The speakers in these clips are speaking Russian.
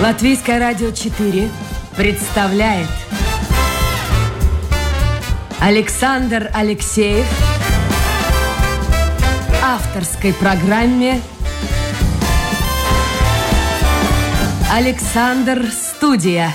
Латвийское радио 4 представляет Александр Алексеев в авторской программе «Александр Студия».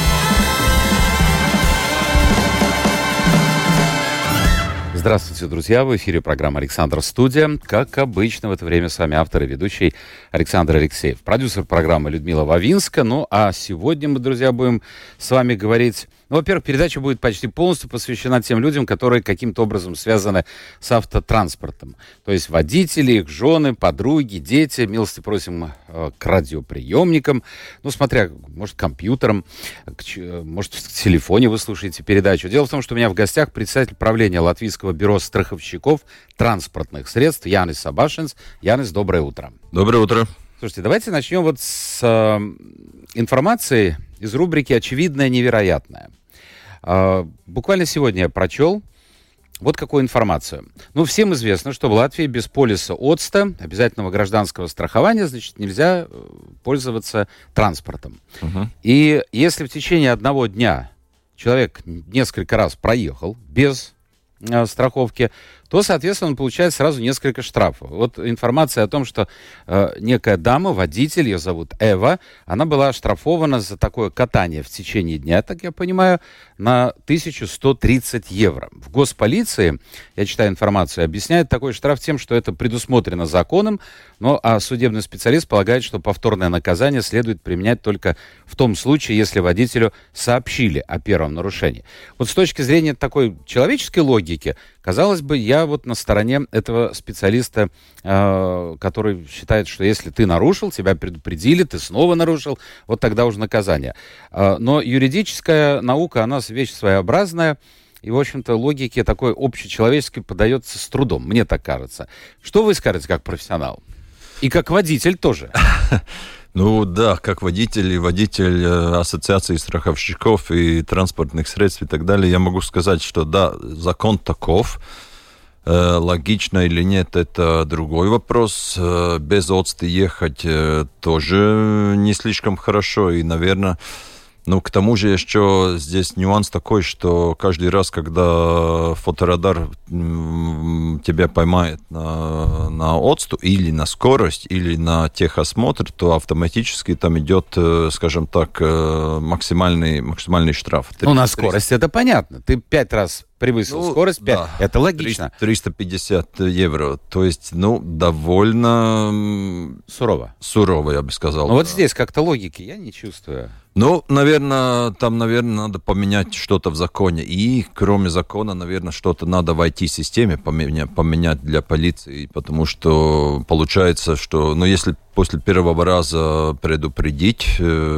Здравствуйте, друзья! В эфире программа «Александр Студия». Как обычно, в это время с вами автор и ведущий Александр Алексеев. Продюсер программы Людмила Вавинска. Ну, а сегодня мы, друзья, будем с вами говорить... Ну, во-первых, передача будет почти полностью посвящена тем людям, которые каким-то образом связаны с автотранспортом. То есть водители, их жены, подруги, дети. Милости просим к радиоприемникам. Ну, смотря, может, к компьютерам, может, в телефоне вы слушаете передачу. Дело в том, что у меня в гостях председатель правления Латвийского бюро страховщиков транспортных средств Янис Сабашинс. Янис, доброе утро. Доброе утро. Слушайте, давайте начнем вот с информации из рубрики «Очевидное невероятное». Буквально сегодня я прочел вот какую информацию. Ну, всем известно, что в Латвии без полиса ОЦТа, обязательного гражданского страхования, значит, нельзя пользоваться транспортом. И если в течение одного дня человек несколько раз проехал без страховки, то, соответственно, он получает сразу несколько штрафов. Вот информация о том, что некая дама, водитель, ее зовут Эва, она была оштрафована за такое катание в течение дня, так я понимаю, на 1130 евро. В госполиции, я читаю информацию, объясняют такой штраф тем, что это предусмотрено законом, но а судебный специалист полагает, что повторное наказание следует применять только в том случае, если водителю сообщили о первом нарушении. Вот с точки зрения такой человеческой логики, казалось бы, я вот на стороне этого специалиста, который считает, что если ты нарушил, тебя предупредили, ты снова нарушил, вот тогда уже наказание. Но юридическая наука, она вещь своеобразная, и, в общем-то, логике такой общечеловеческой подается с трудом, мне так кажется. Что вы скажете как профессионал? И как водитель тоже. Ну да, как водитель и водитель Ассоциации страховщиков и транспортных средств и так далее, я могу сказать, что да, закон таков. Логично или нет, это другой вопрос. Без ОЦТа ехать тоже не слишком хорошо. И, наверное, ну, к тому же еще здесь нюанс такой, что каждый раз, когда фоторадар тебя поймает на ОЦТу или на скорость, или на техосмотр, то автоматически там идет, скажем так, максимальный штраф. Ну, на скорость это понятно. Ты 5 раз превысил скорость, 5. Да. Это логично. 350 евро. То есть, ну, довольно... Сурово, я бы сказал. Но вот здесь как-то логики я не чувствую. Ну, наверное, надо поменять что-то в законе. И, кроме закона, наверное, что-то надо в IT-системе поменять для полиции. Потому что получается, что... Ну, если после первого раза предупредить,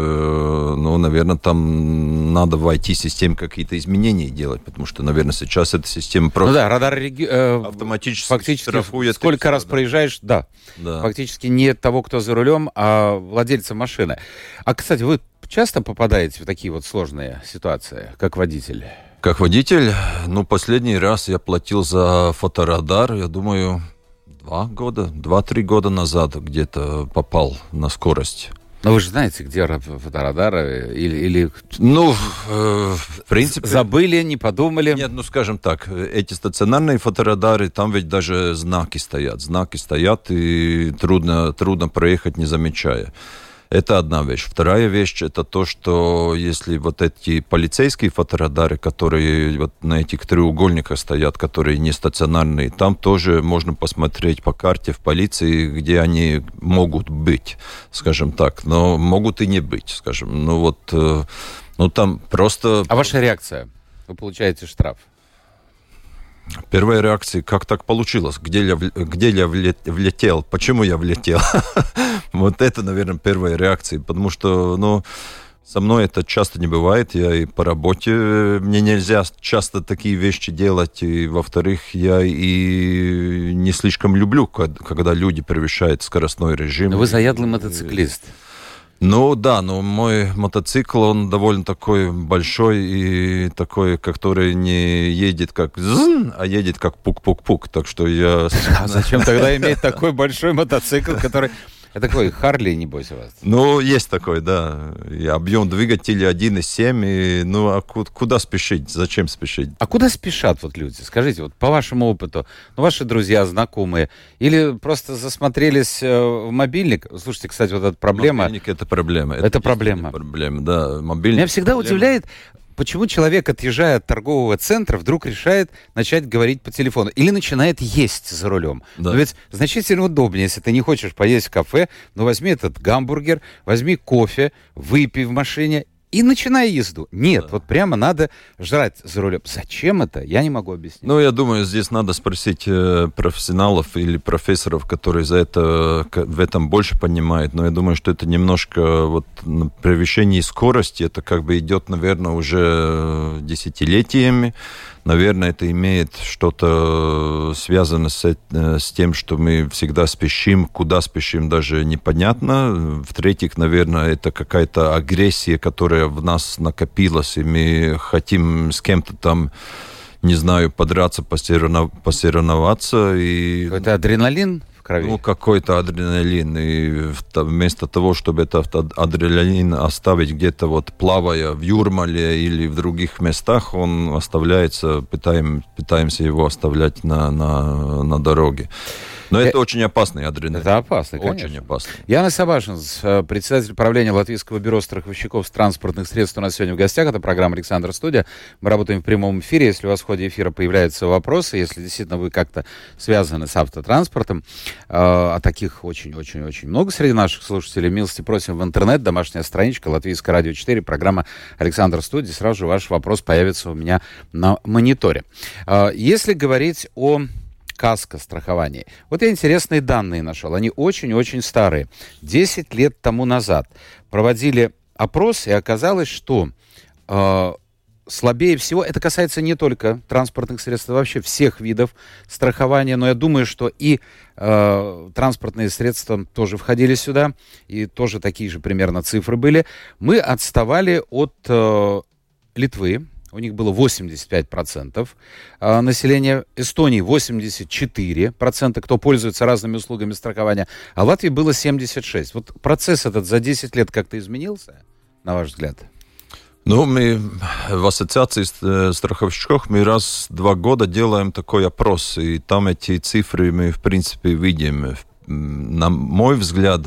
ну, наверное, там надо в IT-системе какие-то изменения делать. Потому что, наверное, сейчас эта система просто... Ну да, радар автоматически фактически штрафует. Сколько раз проезжаешь, да. Фактически не того, кто за рулем, а владельца машины. А, кстати, вы часто попадаете в такие вот сложные ситуации, как водитель? Как водитель? Ну, последний раз я платил за фоторадар, я думаю, 2-3 года назад где-то попал на скорость. Но вы же знаете, где фоторадары или... Ну, в принципе... Забыли, не подумали? Нет, ну, скажем так, эти стационарные фоторадары, там ведь даже знаки стоят, и трудно проехать, не замечая. Это одна вещь. Вторая вещь, это то, что если вот эти полицейские фоторадары, которые вот на этих треугольниках стоят, которые не стационарные, там тоже можно посмотреть по карте в полиции, где они могут быть, скажем так, но могут и не быть, скажем. Ну вот, ну там просто... А ваша реакция? Вы получаете штраф? Первая реакция, как так получилось? Где я влетел? Почему я влетел? Вот это, наверное, первая реакция. Потому что, ну, со мной это часто не бывает. Я и по работе, мне нельзя часто такие вещи делать. И, во-вторых, я и не слишком люблю, когда люди превышают скоростной режим. Но вы заядлый мотоциклист. Ну да, но мой мотоцикл, он довольно такой большой и такой, который не едет как зн, а едет как пук-пук-пук. Так что я... А зачем тогда иметь такой большой мотоцикл, который Это такой Харли, небось, у вас? Ну, есть такой, да. И объем двигателя 1,7. И, ну, а куда спешить? Зачем спешить? А куда спешат вот люди? Скажите, вот по вашему опыту, ну, ваши друзья, знакомые, или просто засмотрелись в мобильник? Слушайте, кстати, вот эта проблема... Мобильник — это проблема. Это проблема. Проблема, да. Мобильник — Меня всегда проблема. удивляет, почему человек, отъезжая от торгового центра, вдруг решает начать говорить по телефону или начинает есть за рулем. Да. Но ведь значительно удобнее, если ты не хочешь поесть в кафе, ну возьми этот гамбургер, возьми кофе, выпей в машине и начинай езду. Нет, вот прямо надо жрать за рулем. Зачем это? Я не могу объяснить. Ну, я думаю, здесь надо спросить профессионалов или профессоров, которые в этом больше понимают. Но я думаю, что это немножко вот на превышении скорости. Это как бы идет, наверное, уже десятилетиями. Наверное, это имеет что-то связано с тем, что мы всегда спешим. Куда спешим, даже непонятно. В-третьих, наверное, это какая-то агрессия, которая в нас накопилась, и мы хотим с кем-то там, не знаю, подраться, посоревноваться. И... Это адреналин в крови? Ну, какой-то адреналин. И вместо того, чтобы этот адреналин оставить где-то вот плавая в Юрмале или в других местах, он оставляется, пытаемся его оставлять на дороге. Но это очень опасный адреналин. Это опасно, конечно. Очень опасно. Яна Сабашинс, председатель правления Латвийского бюро страховщиков транспортных средств, у нас сегодня в гостях. Это программа «Александр Студия». Мы работаем в прямом эфире. Если у вас в ходе эфира появляются вопросы, если действительно вы как-то связаны с автотранспортом, а таких очень-очень-очень много среди наших слушателей, милости просим в интернет, домашняя страничка Латвийское радио 4, программа «Александр Студия». Сразу же ваш вопрос появится у меня на мониторе. Если говорить о каско-страховании. Вот я интересные данные нашел. Они очень-очень старые. 10 лет тому назад проводили опрос, и оказалось, что слабее всего, это касается не только транспортных средств, а вообще всех видов страхования, но я думаю, что и транспортные средства тоже входили сюда, и тоже такие же примерно цифры были. Мы отставали от Литвы. У них было 85% населения. Эстонии 84%, кто пользуется разными услугами страхования. А в Латвии было 76%. Вот процесс этот за 10 лет как-то изменился, на ваш взгляд? Ну, мы в ассоциации страховщиков мы раз в 2 года делаем такой опрос. И там эти цифры мы, в принципе, видим. На мой взгляд,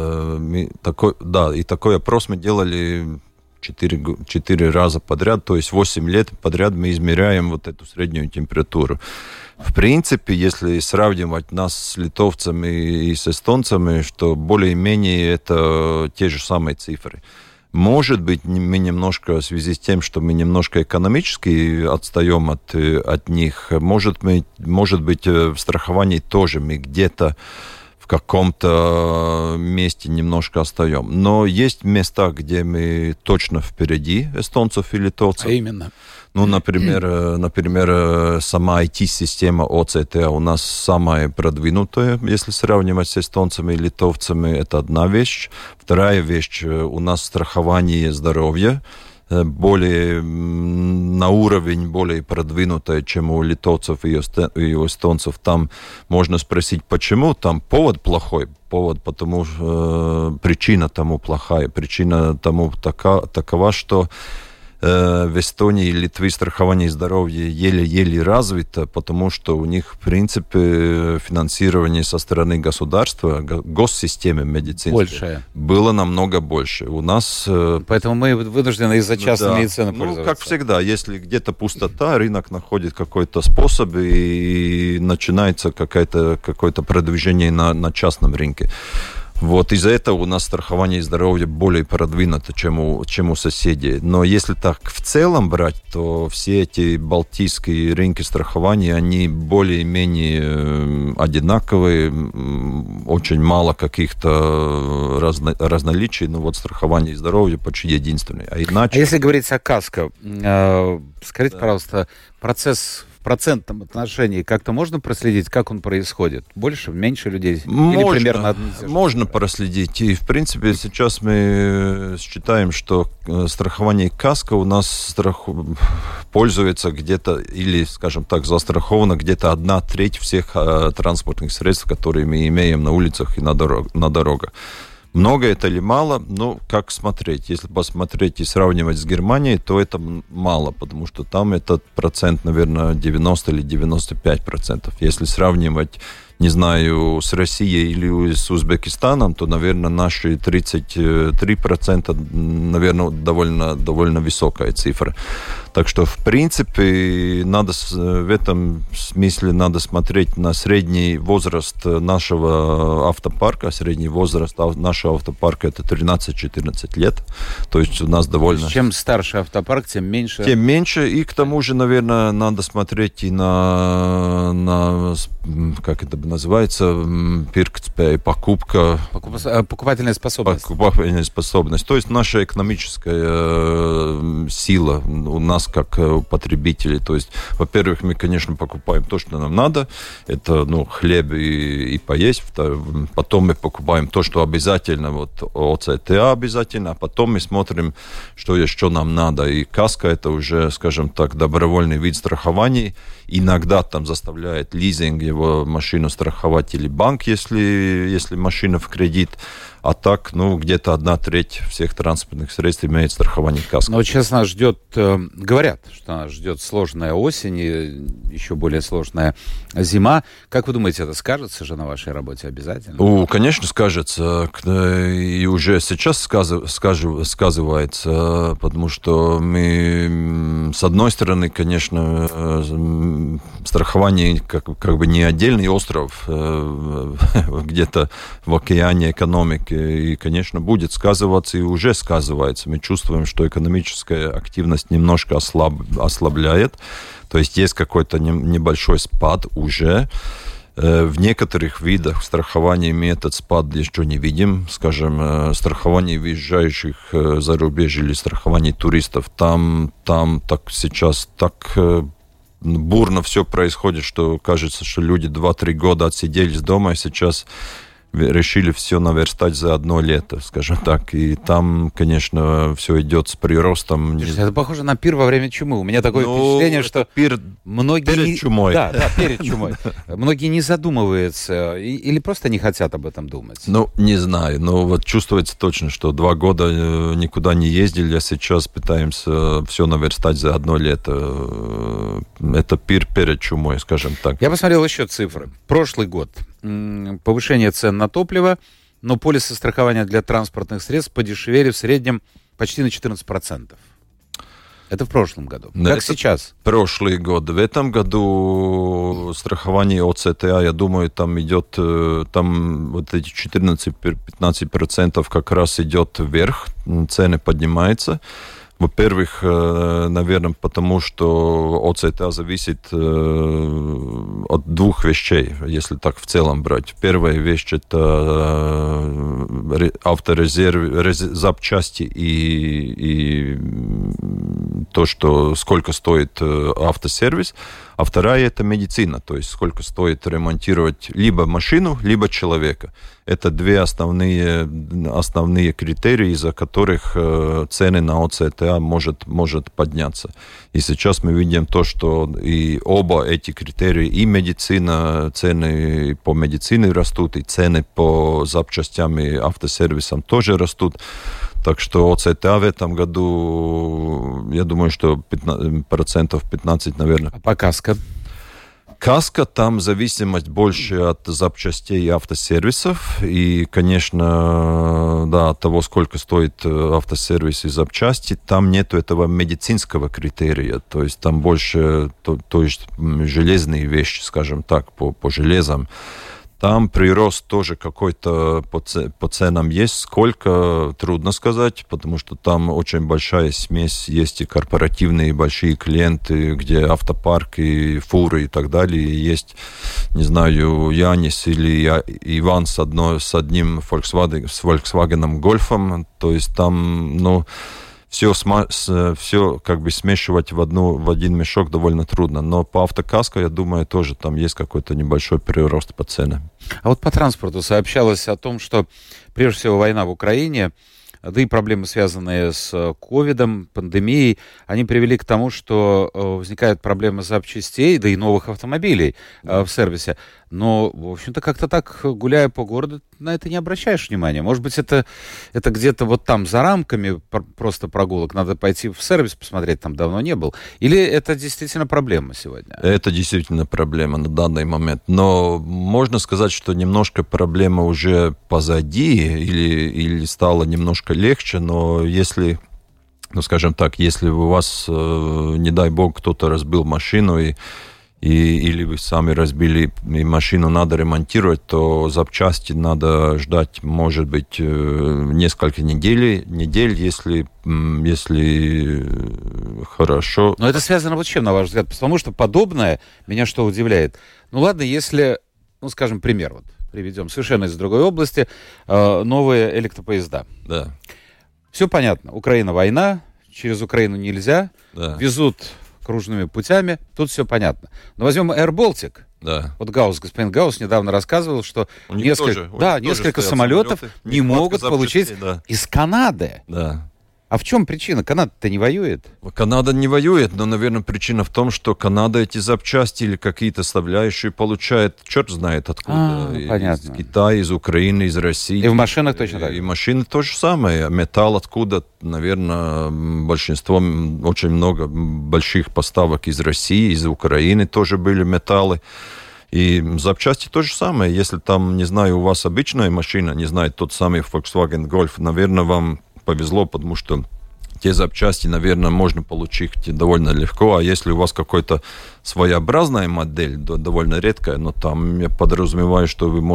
такой опрос мы делали 4 раза подряд, то есть 8 лет подряд мы измеряем вот эту среднюю температуру. В принципе, если сравнивать нас с литовцами и с эстонцами, что более-менее это те же самые цифры. Может быть, мы немножко, в связи с тем, что мы немножко экономически отстаем от них, может быть, в страховании тоже мы где-то в каком-то месте немножко остаем. Но есть места, где мы точно впереди эстонцев и литовцев. А именно? Ну, например, сама IT-система ОЦТ у нас самая продвинутая, если сравнивать с эстонцами и литовцами. Это одна вещь. Вторая вещь, у нас страхование здоровья более на уровень более продвинутое, чем у литовцев и у эстонцев. Там можно спросить, почему? Там повод плохой. Повод, потому что причина тому плохая. Причина тому такова, что в Эстонии и Литве страхование здоровья еле-еле развито, потому что у них, в принципе, финансирование со стороны государства, госсистемы медицинской было намного больше. У нас... Поэтому мы вынуждены из-за частной медицины пользоваться. Ну, как всегда, если где-то пустота, рынок находит какой-то способ, и начинается какое-то продвижение на частном рынке. Вот из-за этого у нас страхование здоровья более продвинуто, чем у соседей. Но если так в целом брать, то все эти балтийские рынки страхования, они более-менее одинаковые, очень мало каких-то разноличий, но вот страхование здоровья почти единственное. А иначе... А если говорить о каско, скажите, пожалуйста, процесс процентном отношении как-то можно проследить, как он происходит? Больше, меньше людей? Или примерно одно и те же? Можно проследить. И, в принципе, сейчас мы считаем, что страхование КАСКО у нас пользуется где-то, или, скажем так, застраховано где-то 1/3 всех транспортных средств, которые мы имеем на улицах и на дорогах. Много это или мало? Ну, как смотреть? Если посмотреть и сравнивать с Германией, то это мало, потому что там этот процент, наверное, 90 или 95%. Если сравнивать, не знаю, с Россией или с Узбекистаном, то, наверное, наши 33%, наверное, довольно высокая цифра. Так что, в принципе, в этом смысле надо смотреть на средний возраст нашего автопарка. Средний возраст нашего автопарка – это 13-14 лет. То есть у нас довольно... Чем старше автопарк, тем меньше... Тем меньше. И к тому же, наверное, надо смотреть и на как это называется, покупка... Покупательная способность. Покупательная способность. То есть наша экономическая сила у нас как потребителей. То есть, во-первых, мы, конечно, покупаем то, что нам надо. Это, хлеб и поесть. Потом мы покупаем то, что обязательно, ОЦТА обязательно. А потом мы смотрим, что еще нам надо. И КАСКО – это уже, скажем так, добровольный вид страхования. Иногда там заставляет лизинг его машину страховать или банк, если машина в кредит. А так, где-то 1/3 всех транспортных средств имеет страхование КАСКО. Но сейчас нас ждет, говорят, что нас ждет сложная осень и еще более сложная зима. Как вы думаете, это скажется же на вашей работе обязательно? Конечно, скажется. И уже сейчас сказывается, потому что мы, с одной стороны, конечно, страхование как бы не отдельный остров где-то в океане экономики. И, конечно, будет сказываться и уже сказывается. Мы чувствуем, что экономическая активность немножко ослабляет. То есть есть какой-то небольшой спад уже. В некоторых видах страхования мы этот спад еще не видим. Скажем, страхование въезжающих за рубеж или страхование туристов. Там так сейчас так бурно все происходит, что кажется, что люди 2-3 года отсиделись дома, и сейчас решили все наверстать за одно лето, скажем так. И там, конечно, все идет с приростом. Это похоже на пир во время чумы. У меня такое впечатление, что пир многие... перед чумой. Да, перед чумой. Многие не задумываются или просто не хотят об этом думать. Не знаю. Но вот чувствуется точно, что 2 года никуда не ездили, а сейчас пытаемся все наверстать за одно лето. Это пир перед чумой, скажем так. Я посмотрел еще цифры. Прошлый год. Повышение цен на топливо, но полисы страхования для транспортных средств подешевели в среднем почти на 14%. Это в прошлом году. Как сейчас? Прошлый год. В этом году страхование ОЦТА, я думаю, там идет, там вот эти 14-15% как раз идет вверх, цены поднимаются. Во-первых, наверное, потому что ОЦТА зависит от 2 вещей, если так в целом брать. Первая вещь – это авторезерв, запчасти и то, что сколько стоит автосервис. А вторая – это медицина, то есть сколько стоит ремонтировать либо машину, либо человека. Это 2 основные критерии, из-за которых цены на ОЦТА может подняться. И сейчас мы видим то, что и оба эти критерии, и медицина, цены по медицине растут, и цены по запчастям и автосервисам тоже растут. Так что ОЦТА в этом году, я думаю, что 15%, наверное. А по КАСКО? КАСКО, там зависимость больше от запчастей и автосервисов. И, конечно, да, от того, сколько стоит автосервис и запчасти, там нету этого медицинского критерия. То есть там больше то есть железные вещи, скажем так, по железам. Там прирост тоже какой-то по ценам есть. Сколько, трудно сказать, потому что там очень большая смесь. Есть и корпоративные большие клиенты, где автопарк и фуры и так далее. И есть, не знаю, Янис или Иван с одним Volkswagen Golf'ом. То есть там, все как бы смешивать в один мешок довольно трудно. Но по автокаско, я думаю, тоже там есть какой-то небольшой прирост по ценам. А вот по транспорту сообщалось о том, что прежде всего война в Украине, да и проблемы, связанные с ковидом, пандемией, они привели к тому, что возникают проблемы запчастей, да и новых автомобилей в сервисе. Но, в общем-то, как-то так, гуляя по городу, на это не обращаешь внимания. Может быть, это где-то вот там за рамками просто прогулок. Надо пойти в сервис посмотреть, там давно не был. Или это действительно проблема сегодня? Это действительно проблема на данный момент. Но можно сказать, что немножко проблема уже позади или стало немножко легче. Но если, ну скажем так, если у вас, не дай бог, кто-то разбил машину или вы сами разбили, и машину надо ремонтировать, то запчасти надо ждать, может быть, несколько недель, если хорошо. Но это связано вот с чем, на ваш взгляд? Потому что подобное меня что удивляет. Ну ладно, если, ну скажем, пример вот приведем, совершенно из другой области, новые электропоезда. Да. Все понятно. Украина, война, через Украину нельзя, Да. Везут кружными путями, тут все понятно. Но возьмем Air Baltic. Да. Вот господин Гаусс недавно рассказывал, что несколько самолетов не могут получить из Канады. Да. А в чем причина? Канада-то не воюет. Канада не воюет, но, наверное, причина в том, что Канада эти запчасти или какие-то составляющие получает, черт знает откуда. Понятно. Из Китая, из Украины, из России. И в машинах точно так же. И машины то же самое. Металл откуда, наверное, большинство, очень много больших поставок из России, из Украины тоже были металлы. И запчасти то же самое. Если там, не знаю, у вас обычная машина, не знаю, тот самый Volkswagen Golf, наверное, вам повезло, потому что те запчасти, наверное, можно получить довольно легко, а если у вас какая-то своеобразная модель, довольно редкая, но там я подразумеваю, что вы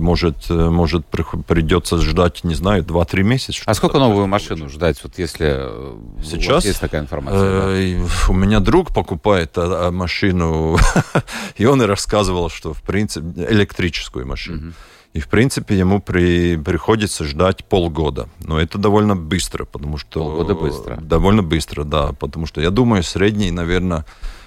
придется ждать, не знаю, 2-3 месяца. А сколько новую машину ждать, вот если сейчас у вас есть такая информация? У меня друг покупает машину, и он и рассказывал, что, в принципе, электрическую машину. И, в принципе, ему приходится ждать полгода. Но это довольно быстро, потому что... Полгода быстро. Довольно быстро, да. Потому что, я думаю, средний, наверное,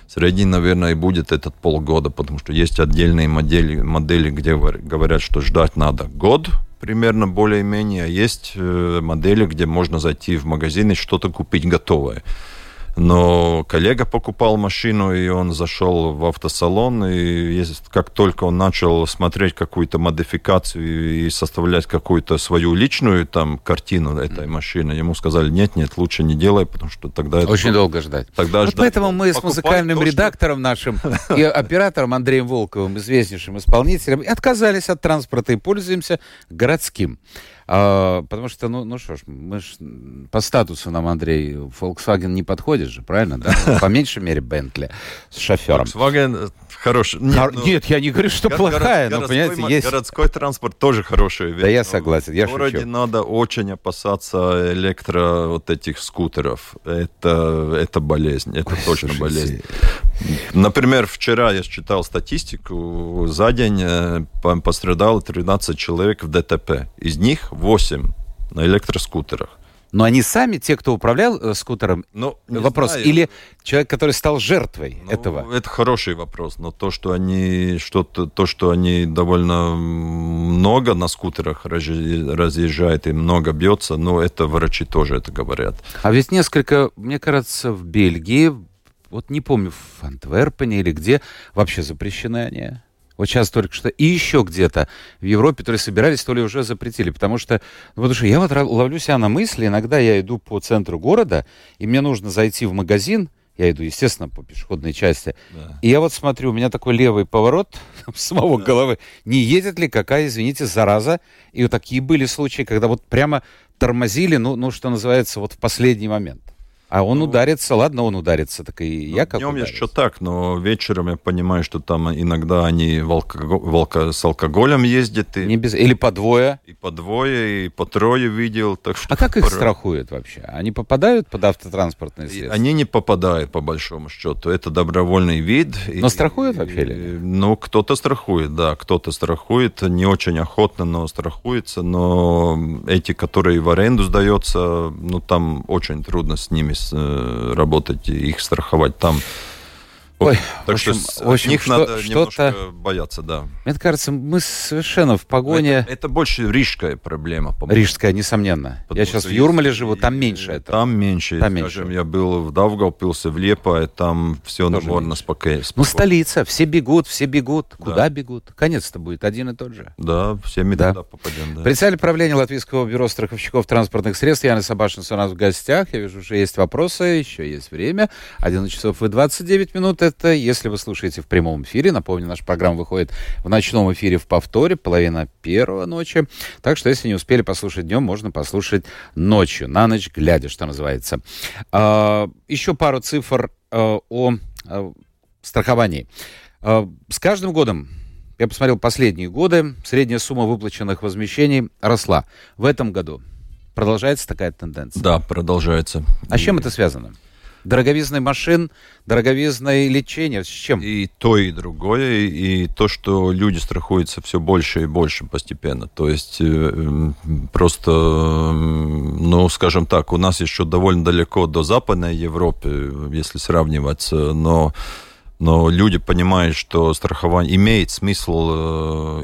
и будет этот полгода, потому что есть отдельные модели, где говорят, что ждать надо год, примерно, более-менее. А есть модели, где можно зайти в магазин и что-то купить готовое. Но коллега покупал машину, и он зашел в автосалон, и как только он начал смотреть какую-то модификацию и составлять какую-то свою личную там картину этой машины, ему сказали, нет, лучше не делай, потому что тогда... Очень долго ждать. Тогда вот поэтому мы с музыкальным редактором нашим и оператором Андреем Волковым, известнейшим исполнителем, отказались от транспорта и пользуемся городским. Потому что, ну что ж, мы ж по статусу нам, Андрей, Volkswagen не подходит же, правильно? Да? По меньшей мере Bentley с шофером. Volkswagen хороший. Нет, я не говорю, что плохая, но, понимаете, есть... Городской транспорт тоже хорошая вещь. Да, я согласен, я шучу. В городе надо очень опасаться вот этих скутеров. Это болезнь, это точно болезнь. Например, вчера я читал статистику, за день пострадало 13 человек в ДТП. Из них 8 на электроскутерах. Но они сами, те, кто управлял скутером, вопрос, знаю. Или человек, который стал жертвой этого? Это хороший вопрос, но то, что они довольно много на скутерах разъезжают и много бьется, это врачи тоже это говорят. А ведь несколько, мне кажется, в Бельгии, вот не помню, в Антверпене или где, вообще запрещены они. Вот сейчас только что. И еще где-то в Европе то ли собирались, то ли уже запретили. Потому что я вот ловлю себя на мысли, иногда я иду по центру города, и мне нужно зайти в магазин. Я иду, естественно, по пешеходной части. Да. И я вот смотрю, у меня такой левый поворот с самого головы. Не едет ли какая, извините, зараза? И вот такие были случаи, когда вот прямо тормозили, что называется, вот в последний момент. А он ударится, ладно, он ударится, так и я как днем еще так, но вечером я понимаю, что там иногда они с алкоголем ездят. Или по двое. И по двое, и по трое видел. Так что А как их страхуют вообще? Они попадают под автотранспортные средства? Они не попадают, по большому счету. Это добровольный вид. Но страхуют вообще ли? Ну, кто-то страхует, да. Кто-то страхует, не очень охотно, но страхуется. Но эти, которые в аренду сдаются, ну, там очень трудно с ними работать, их страховать там. Ой, так в общем, что них надо немножко бояться, да. Мне кажется, мы совершенно в погоне... Это больше рижская проблема, по-моему. Рижская, несомненно. Я сейчас в Юрмале живу, там меньше это. Там меньше. Скажем, я был в Даугавпилсе, в Лиепае, там все нормально, спокойно. Ну, столица, все бегут. Куда бегут? Конец-то будет один и тот же. Да, все мы туда попадем, да. Председатель правления Латвийского бюро страховщиков транспортных средств Янис Абашинс у нас в гостях. Я вижу, уже есть вопросы, еще есть время. 11 часов и 29 минут. Это если вы слушаете в прямом эфире. Напомню, наша программа выходит в ночном эфире в повторе, 12:30 ночи. Так что, если не успели послушать днем, можно послушать ночью, на ночь глядя, что называется. Еще пару цифр о страховании. С каждым годом, я посмотрел последние годы, средняя сумма выплаченных возмещений росла. В этом году продолжается такая тенденция? Да, продолжается. А с чем это связано? Дороговизной машин, дороговизное лечение, с чем? И то, и другое, и то, что люди страхуются все больше и больше постепенно. То есть просто, ну, скажем так, у нас еще довольно далеко до Западной Европы, если сравнивать, но люди понимают, что страхование имеет смысл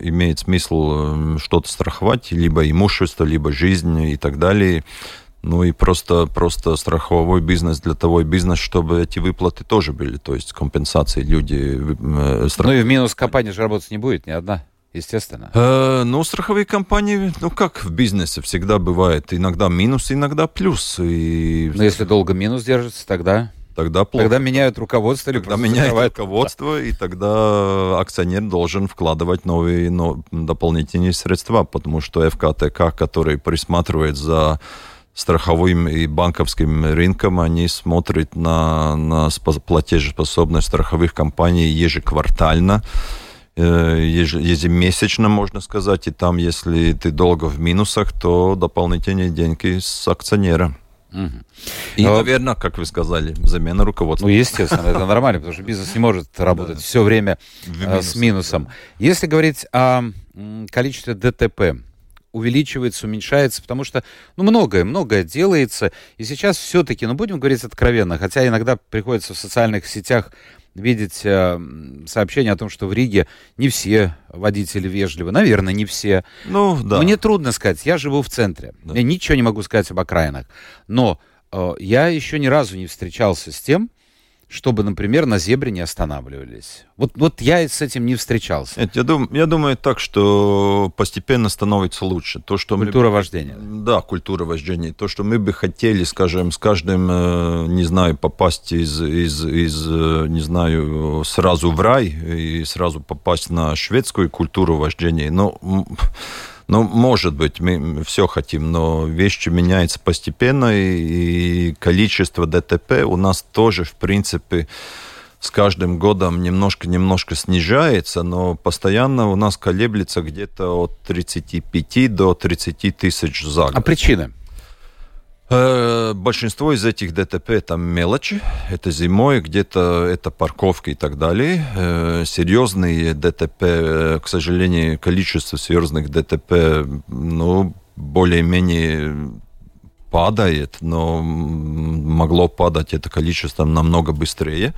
что-то страховать, либо имущество, либо жизнь и так далее. Ну и просто страховой бизнес для того и бизнес, чтобы эти выплаты тоже были, то есть компенсации люди... Ну и в минус компания же работать не будет, ни одна, естественно. Ну, страховые компании, ну как в бизнесе всегда бывает, иногда минус, иногда плюс. Но если долго минус держится, тогда плохо. Тогда меняют руководство или тогда меняют руководство, и тогда акционер должен вкладывать новые дополнительные средства, потому что ФКТК, который присматривает за страховым и банковским рынком, они смотрят на платежеспособность страховых компаний ежеквартально, ежемесячно, можно сказать, и там, если ты долго в минусах, то дополнительные деньги с акционера. И, наверное, как вы сказали, замена руководства. Ну, естественно, это нормально, потому что бизнес не может работать все время с минусом. Если говорить о количестве ДТП, увеличивается, уменьшается, потому что, многое делается, и сейчас все-таки, будем говорить откровенно, хотя иногда приходится в социальных сетях видеть сообщения о том, что в Риге не все водители вежливы, наверное, не все. Ну, да. Мне трудно сказать, я живу в центре, я ничего не могу сказать об окраинах, но я еще ни разу не встречался с тем, чтобы, например, на зебре не останавливались. Вот я с этим не встречался. Нет, я думаю так, что постепенно становится лучше. То, что культура вождения. Да, культура вождения. То, что мы бы хотели, скажем, с каждым, не знаю, попасть не знаю, сразу в рай и сразу попасть на шведскую культуру вождения. Ну, может быть, мы все хотим, но вещи меняются постепенно, и количество ДТП у нас тоже, в принципе, с каждым годом немножко снижается, но постоянно у нас колеблется где-то от 35 до 30 тысяч за год. А причины? Большинство из этих ДТП там мелочи, это зимой, где-то это парковка и так далее. Серьезные ДТП, к сожалению, количество серьезных ДТП, более-менее падает, но могло падать это количество намного быстрее.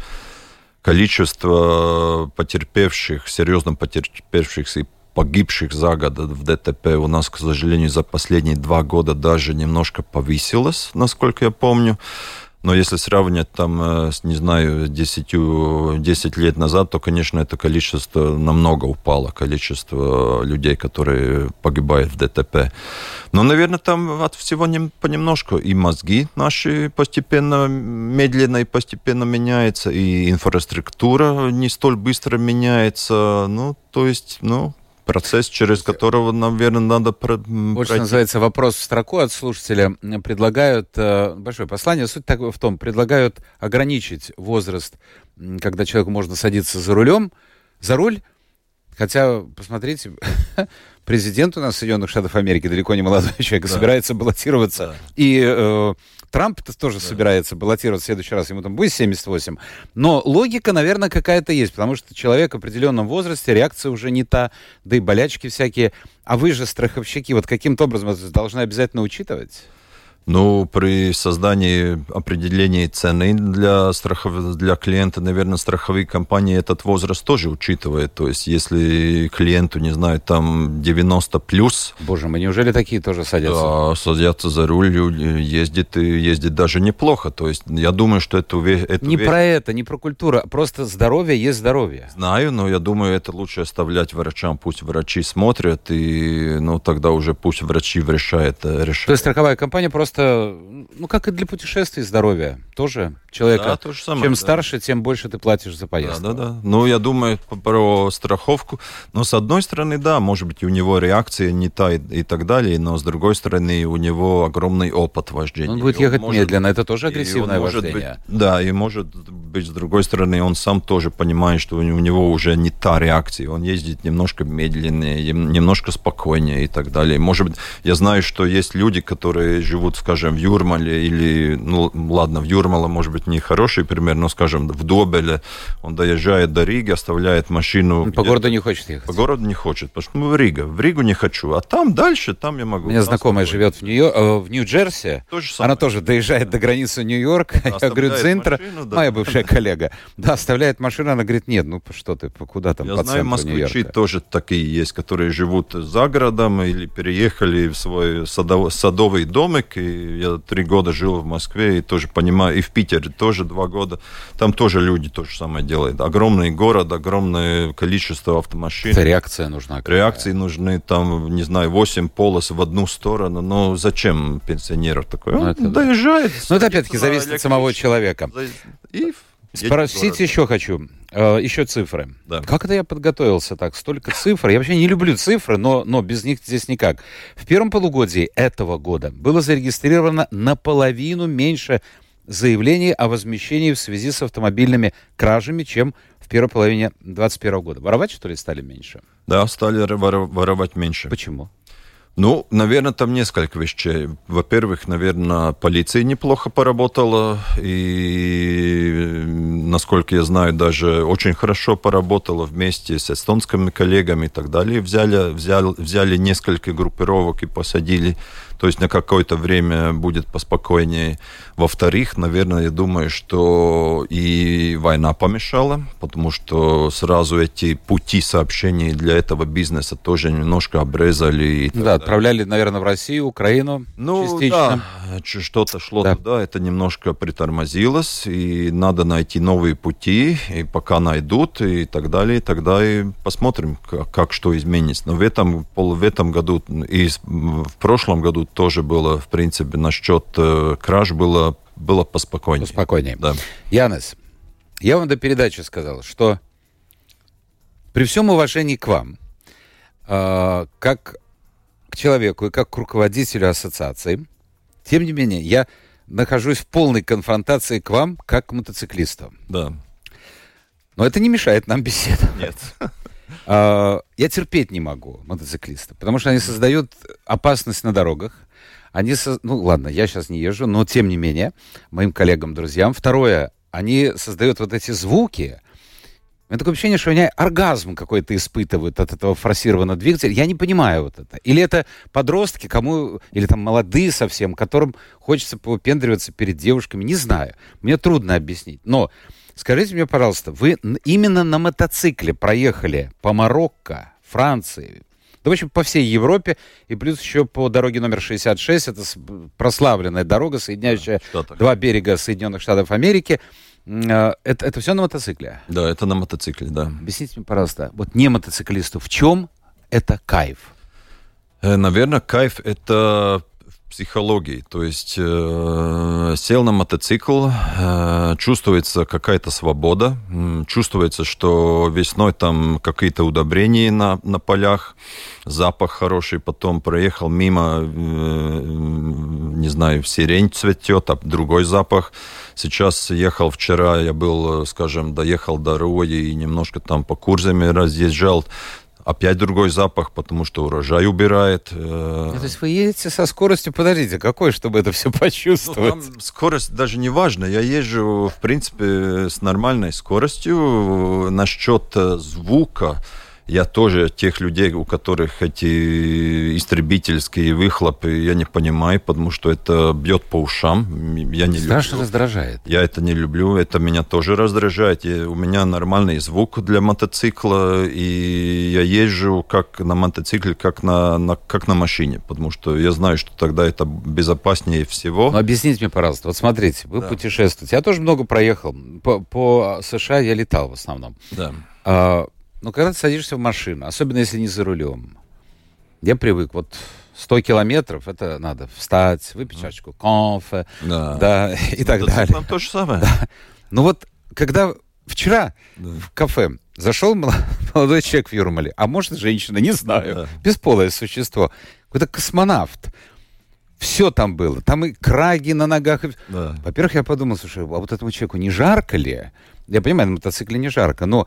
Количество серьезно потерпевших и погибших за год в ДТП у нас, к сожалению, за последние 2 года даже немножко повысилось, насколько я помню. Но если сравнивать там, не знаю, 10 лет назад, то, конечно, это количество намного упало, количество людей, которые погибают в ДТП. Но, наверное, там от всего понемножку. И мозги наши медленно и постепенно меняются, и инфраструктура не столь быстро меняется. Процесс, через которого, наверное, надо Вот что называется вопрос в строку от слушателя. Предлагают, большое послание, суть в том, предлагают ограничить возраст, когда человеку можно садиться за руль, хотя, посмотрите, президент у нас Соединенных Штатов Америки, далеко не молодой человек, собирается баллотироваться. Да. И Трамп тоже собирается баллотироваться в следующий раз, ему там будет 78. Но логика, наверное, какая-то есть, потому что человек в определенном возрасте, реакция уже не та, да и болячки всякие. А вы же страховщики, вот каким-то образом это должны обязательно учитывать? Ну, при создании определения цены для клиента, наверное, страховые компании этот возраст тоже учитывают. То есть, если клиенту, не знаю, там 90 плюс... Боже мой, неужели такие тоже садятся? Да, садятся за руль, ездит даже неплохо. То есть, я думаю, что не про культуру, просто здоровье есть здоровье. Знаю, но я думаю, это лучше оставлять врачам. Пусть врачи смотрят, и тогда уже пусть врачи решают. То есть, страховая компания просто как и для путешествий, здоровья тоже человека. Да, то же самое, чем старше, тем больше ты платишь за поездку. Да. Ну, я думаю про страховку. Но, с одной стороны, да, может быть, у него реакция не та и так далее, но, с другой стороны, у него огромный опыт вождения. Он будет ехать медленно, это тоже агрессивное вождение. И может быть, с другой стороны, он сам тоже понимает, что у него уже не та реакция. Он ездит немножко медленнее, немножко спокойнее и так далее. Может быть, я знаю, что есть люди, которые живут, скажем, в Юрмале или, в Юрмале, может быть, не хороший пример, но, скажем, в Добеле он доезжает до Риги, оставляет машину... По городу не хочет ехать. По городу не хочет, потому что в Ригу не хочу, а там дальше, там я могу. У меня знакомая живет в Нью-Джерси, она тоже доезжает до границы Нью-Йорка, я говорю, Центра, моя бывшая коллега, оставляет машину, она говорит, нет, что ты, куда там, по центру Нью-Йорка. Я знаю, москвичи тоже такие есть, которые живут за городом или переехали в свой садовый домик, и я 3 года жил в Москве, и тоже понимаю, и в Питере тоже 2 года. Там тоже люди то же самое делают. Огромный город, огромное количество автомашин. Это реакция нужна. Реакции нужны, там, не знаю, 8 полос в одну сторону. Но зачем пенсионеру такое? Он доезжает. Это опять-таки зависит от самого человека. Спросить еще хочу. Еще цифры. Да. Как это я подготовился так? Столько цифр. Я вообще не люблю цифры, но без них здесь никак. В первом полугодии этого года было зарегистрировано наполовину меньше заявлений о возмещении в связи с автомобильными кражами, чем в первой половине 2021 года. Воровать, что ли, стали меньше? Да, стали воровать меньше. Почему? Наверное, там несколько вещей. Во-первых, наверное, полиция неплохо поработала, и, насколько я знаю, даже очень хорошо поработала вместе с эстонскими коллегами и так далее. Взяли несколько группировок и посадили. То есть на какое-то время будет поспокойнее. Во-вторых, наверное, я думаю, что и война помешала, потому что сразу эти пути сообщений для этого бизнеса тоже немножко обрезали. Да, отправляли, наверное, в Россию, Украину частично. Да, что-то шло туда, это немножко притормозилось, и надо найти новые пути, и пока найдут, и так далее, тогда и посмотрим, как что изменится. Но в этом году и в прошлом году тоже было, в принципе, насчет краж было поспокойнее. Поспокойнее. Да. Янис, я вам до передачи сказал, что при всем уважении к вам, как к человеку и как к руководителю ассоциации, тем не менее, я нахожусь в полной конфронтации к вам, как к мотоциклисту. Да. Но это не мешает нам беседовать. Нет. Я терпеть не могу мотоциклистов, потому что они создают опасность на дорогах. Ладно, я сейчас не езжу, но тем не менее, моим коллегам, друзьям. Второе, они создают вот эти звуки. У меня такое ощущение, что они оргазм какой-то испытывают от этого форсированного двигателя. Я не понимаю вот это. Или это подростки, или там молодые совсем, которым хочется повыпендриваться перед девушками. Не знаю. Мне трудно объяснить. Но скажите мне, пожалуйста, вы именно на мотоцикле проехали по Марокко, Франции, да, в общем, по всей Европе, и плюс еще по дороге номер 66, это прославленная дорога, соединяющая 2 берега Соединенных Штатов Америки. Это все на мотоцикле? Да, это на мотоцикле, да. Объясните мне, пожалуйста, вот не мотоциклисту, в чем это кайф? Наверное, кайф это психологии. То есть сел на мотоцикл, чувствуется какая-то свобода, чувствуется, что весной там какие-то удобрения на полях, запах хороший, потом проехал мимо, не знаю, сирень цветет, а другой запах. Сейчас ехал вчера, я был, скажем, доехал до Руи и немножко там по Курзаме разъезжал. опять другой запах, потому что урожай убирает. То есть вы едете со скоростью, подождите, какой, чтобы это все почувствовать? Ну, там скорость даже не важна. Я езжу, в принципе, с нормальной скоростью. Насчет звука, я тоже тех людей, у которых эти истребительские выхлопы, я не понимаю, потому что это бьет по ушам. Я не Страшно люблю. раздражает. Я это не люблю, это меня тоже раздражает. У меня нормальный звук для мотоцикла, и я езжу как на мотоцикле, как на машине, потому что я знаю, что тогда это безопаснее всего. Ну, объясните мне, пожалуйста. Вот смотрите, вы путешествуете. Я тоже много проехал. По США я летал в основном. Да. Но когда ты садишься в машину, особенно если не за рулем, я привык, вот 100 километров, это надо встать, выпить чашечку кофе, да, и так далее. Там то же самое. Да. Ну вот, когда вчера в кафе зашел молодой человек в Юрмале, а может, женщина, не знаю, бесполое существо, какой-то космонавт, все там было, там и краги на ногах. Да. Во-первых, я подумал, слушай, а вот этому человеку не жарко ли? Я понимаю, на мотоцикле не жарко, но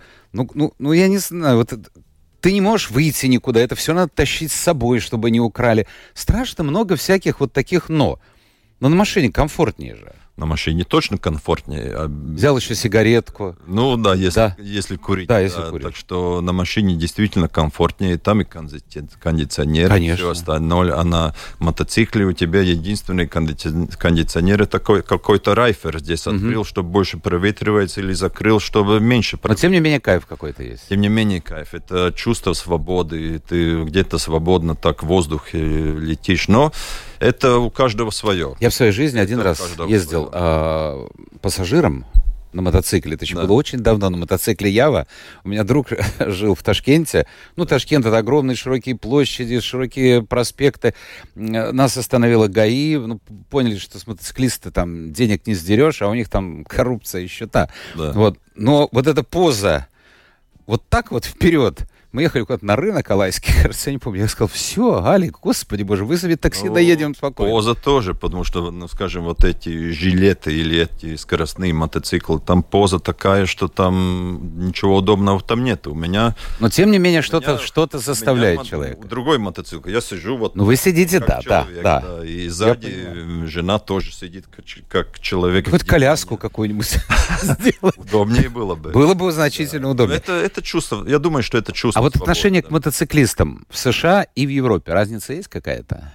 я не знаю, вот ты не можешь выйти никуда, это все надо тащить с собой, чтобы не украли. Страшно много всяких вот таких «но». Но на машине комфортнее же. На машине точно комфортнее. Взял еще сигаретку. Ну да, если курить. Да, если курить. Так что на машине действительно комфортнее. Там и кондиционер, конечно, и все остальное. А на мотоцикле у тебя единственный кондиционер это какой-то райфер здесь открыл, чтобы больше проветривается, или закрыл, чтобы меньше проветривается. Но тем не менее кайф какой-то есть. Тем не менее кайф. Это чувство свободы. Ты где-то свободно так в воздухе летишь. Но это у каждого свое. Я в своей жизни один раз ездил пассажиром на мотоцикле. Это еще было очень давно, на мотоцикле Ява. У меня друг жил в Ташкенте. Ну, Ташкент — это огромные широкие площади, широкие проспекты. Нас остановила ГАИ. Ну, поняли, что с мотоциклиста там денег не сдерешь, а у них там коррупция еще та. Да. Вот. Но вот эта поза вот так вот вперед. Мы ехали куда-то на рынок Алайский, кажется, я не помню. Я сказал, все, Алик, господи боже, вызови такси, доедем спокойно. Поза тоже, потому что, ну, скажем, вот эти жилеты или эти скоростные мотоциклы, там поза такая, что там ничего удобного там нет. У меня... Но, тем не менее, что-то заставляет человека. Другой мотоцикл. Я сижу вот... Ну, вы сидите, да. И сзади жена тоже сидит, как человек. Хоть коляску какую-нибудь сделать. Удобнее было бы. Было бы значительно удобнее. Это чувство, я думаю, что это чувство. А вот отношение к мотоциклистам в США и в Европе, разница есть какая-то?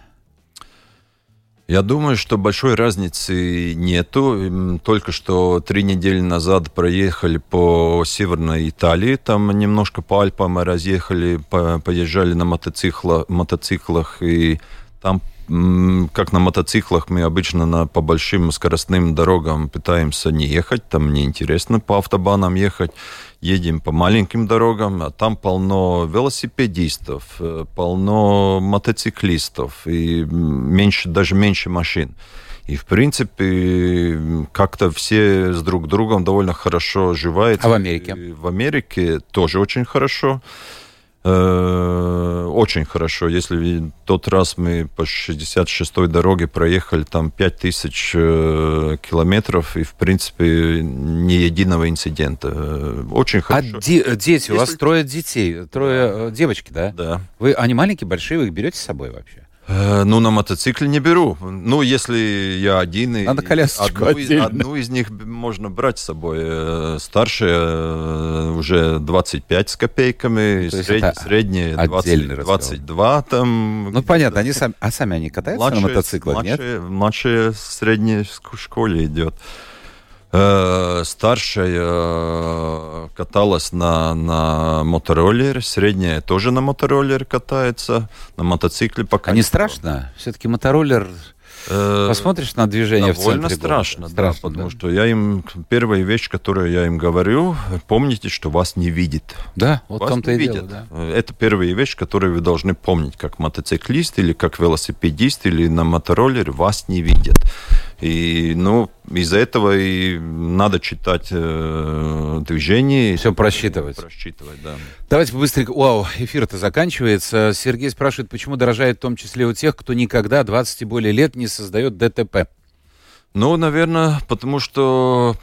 Я думаю, что большой разницы нету. Только что 3 недели назад проехали по Северной Италии, там немножко по Альпам мы разъехали, поезжали на мотоциклах, и там, как на мотоциклах, мы обычно по большим скоростным дорогам пытаемся не ехать, там неинтересно по автобанам ехать. Едем по маленьким дорогам, а там полно велосипедистов, полно мотоциклистов и даже меньше машин. И, в принципе, как-то все с друг другом довольно хорошо живаются. А в Америке? В Америке тоже очень хорошо. Очень хорошо. Если в тот раз мы по 66-й дороге проехали там 5000 километров, и, в принципе, ни единого инцидента. Очень хорошо. А дети? У вас 3 детей, 3 девочки, да? Да. Они маленькие, большие, вы их берете с собой вообще? Ну, на мотоцикле не беру. Ну, если я один... Надо колясочку одну из них можно брать с собой. Старшая уже 25 с копейками, средняя 22 там. Ну, понятно, они сами они катаются на мотоциклах, нет? Младшая в средней школе идет. Старшая каталась на мотороллере, средняя тоже на мотороллере катается, на мотоцикле пока. А не страшно? Все-таки мотороллер... Посмотришь на движение в центре города? Довольно страшно, потому что я им... Первая вещь, которую я им говорю, помните, что вас не видит. Да, вот вас там-то не и видят. дело, да. Это первая вещь, которую вы должны помнить, как мотоциклист или как велосипедист или на мотороллере, вас не видят. И, из-за этого и надо читать движение. Все просчитывать. Да. Давайте быстренько. Вау, эфир-то заканчивается. Сергей спрашивает, почему дорожает в том числе у тех, кто никогда 20 и более лет не создает ДТП? Ну, наверное, потому что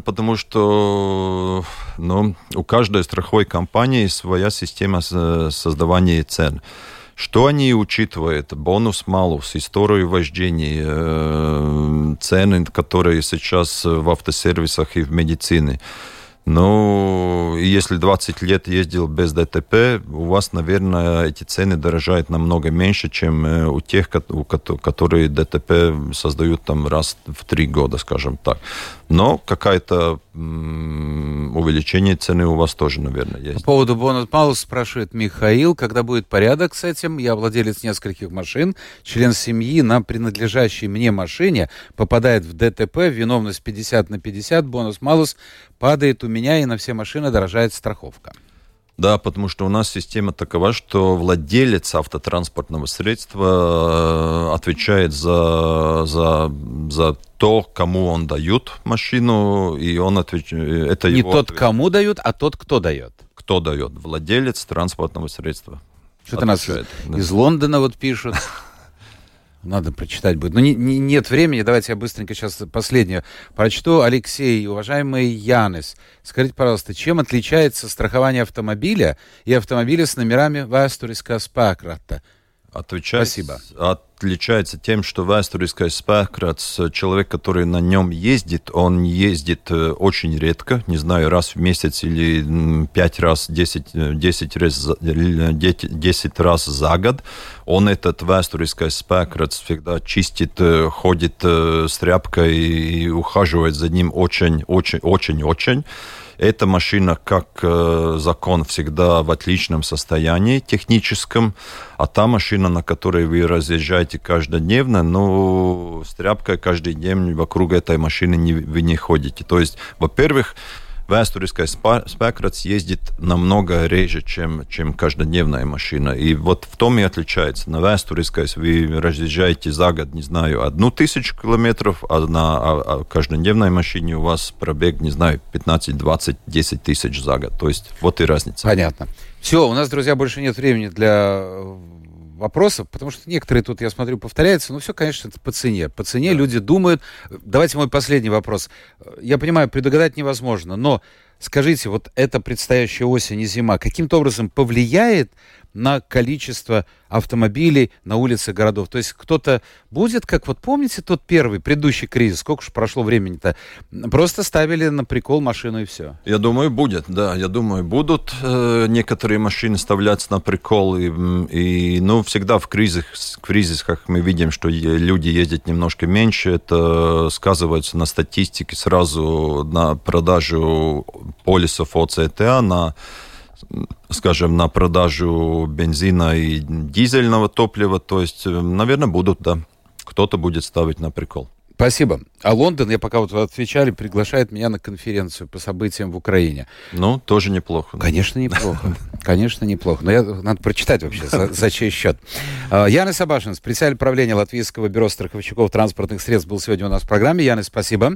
у каждой страховой компании своя система создавания цен. Что они учитывают? Бонус-малус, историю вождения, цены, которые сейчас в автосервисах и в медицине. Ну, если 20 лет ездил без ДТП, у вас, наверное, эти цены дорожают намного меньше, чем у тех, которые ДТП создают там раз в 3 года, скажем так. Но какое-то увеличение цены у вас тоже, наверное, есть. По поводу бонус-малус спрашивает Михаил, когда будет порядок с этим? Я владелец нескольких машин, член семьи на принадлежащей мне машине попадает в ДТП, виновность 50/50, бонус-малус падает у меня, и на все машины дорожает страховка. Да, потому что у нас система такова, что владелец автотранспортного средства отвечает за то, кому он дает машину, и он отвечает... Это Не его тот, кому дают, а тот, кто дает. Кто дает? Владелец транспортного средства. Что-то нас из Лондона вот пишут. Надо прочитать будет. Но нет времени. Давайте я быстренько сейчас последнее прочту. Алексей, уважаемый Янис, скажите, пожалуйста, чем отличается страхование автомобиля и автомобиля с номерами Vēsturiskās spēkkrata? Спасибо. Отличается тем, что Vēsturiskais spēkkrats, человек, который на нем ездит, он ездит очень редко, не знаю, раз в месяц или 5 раз, 10 раз за год. Он этот Vēsturiskais spēkkrats всегда чистит, ходит с тряпкой и ухаживает за ним очень-очень-очень. Эта машина, как закон, всегда в отличном состоянии техническом, а та машина, на которой вы разъезжаете каждодневно, ну, с тряпкой каждый день вокруг этой машины вы не ходите. То есть, во-первых, Vēsturiskais spēkkrats ездит намного реже, чем каждодневная машина. И вот в том и отличается. На Vēsturiskais вы разъезжаете за год, не знаю, 1000 километров, а на каждодневной машине у вас пробег, не знаю, 15, 20, 10 тысяч за год. То есть вот и разница. Понятно. Все, у нас, друзья, больше нет времени для вопросов, потому что некоторые тут, я смотрю, повторяются, но все, конечно, это по цене. По цене люди думают. Давайте мой последний вопрос. Я понимаю, предугадать невозможно, но скажите, вот эта предстоящая осень и зима каким-то образом повлияет на количество автомобилей на улице городов? То есть кто-то будет, как вот помните тот первый, предыдущий кризис, сколько же прошло времени-то, просто ставили на прикол машину и все? Я думаю, будет, да, я думаю, будут некоторые машины ставляться на прикол, и ну, всегда в кризисах мы видим, что люди ездят немножко меньше, это сказывается на статистике сразу на продажу полисов ОЦТА, скажем, на продажу бензина и дизельного топлива. То есть, наверное, будут, да. Кто-то будет ставить на прикол. Спасибо. А Лондон, я пока вот отвечали, приглашает меня на конференцию по событиям в Украине. Ну, тоже неплохо. Конечно, неплохо. Конечно, неплохо. Но надо прочитать вообще, за чей счет. Янис Абашин, председатель правления Латвийского бюро страховщиков транспортных средств, был сегодня у нас в программе. Янис, спасибо.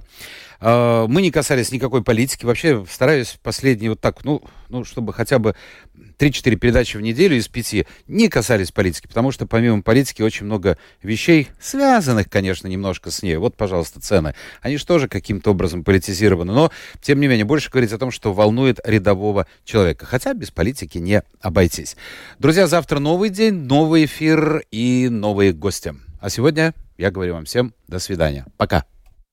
Мы не касались никакой политики. Вообще стараюсь последние вот так, ну, чтобы хотя бы 3-4 передачи в неделю из 5 не касались политики, потому что помимо политики очень много вещей, связанных, конечно, немножко с ней. Вот, пожалуйста, цены. Они же тоже каким-то образом политизированы, но, тем не менее, больше говорить о том, что волнует рядового человека. Хотя без политики не обойтись. Друзья, завтра новый день, новый эфир и новые гости. А сегодня я говорю вам всем до свидания. Пока.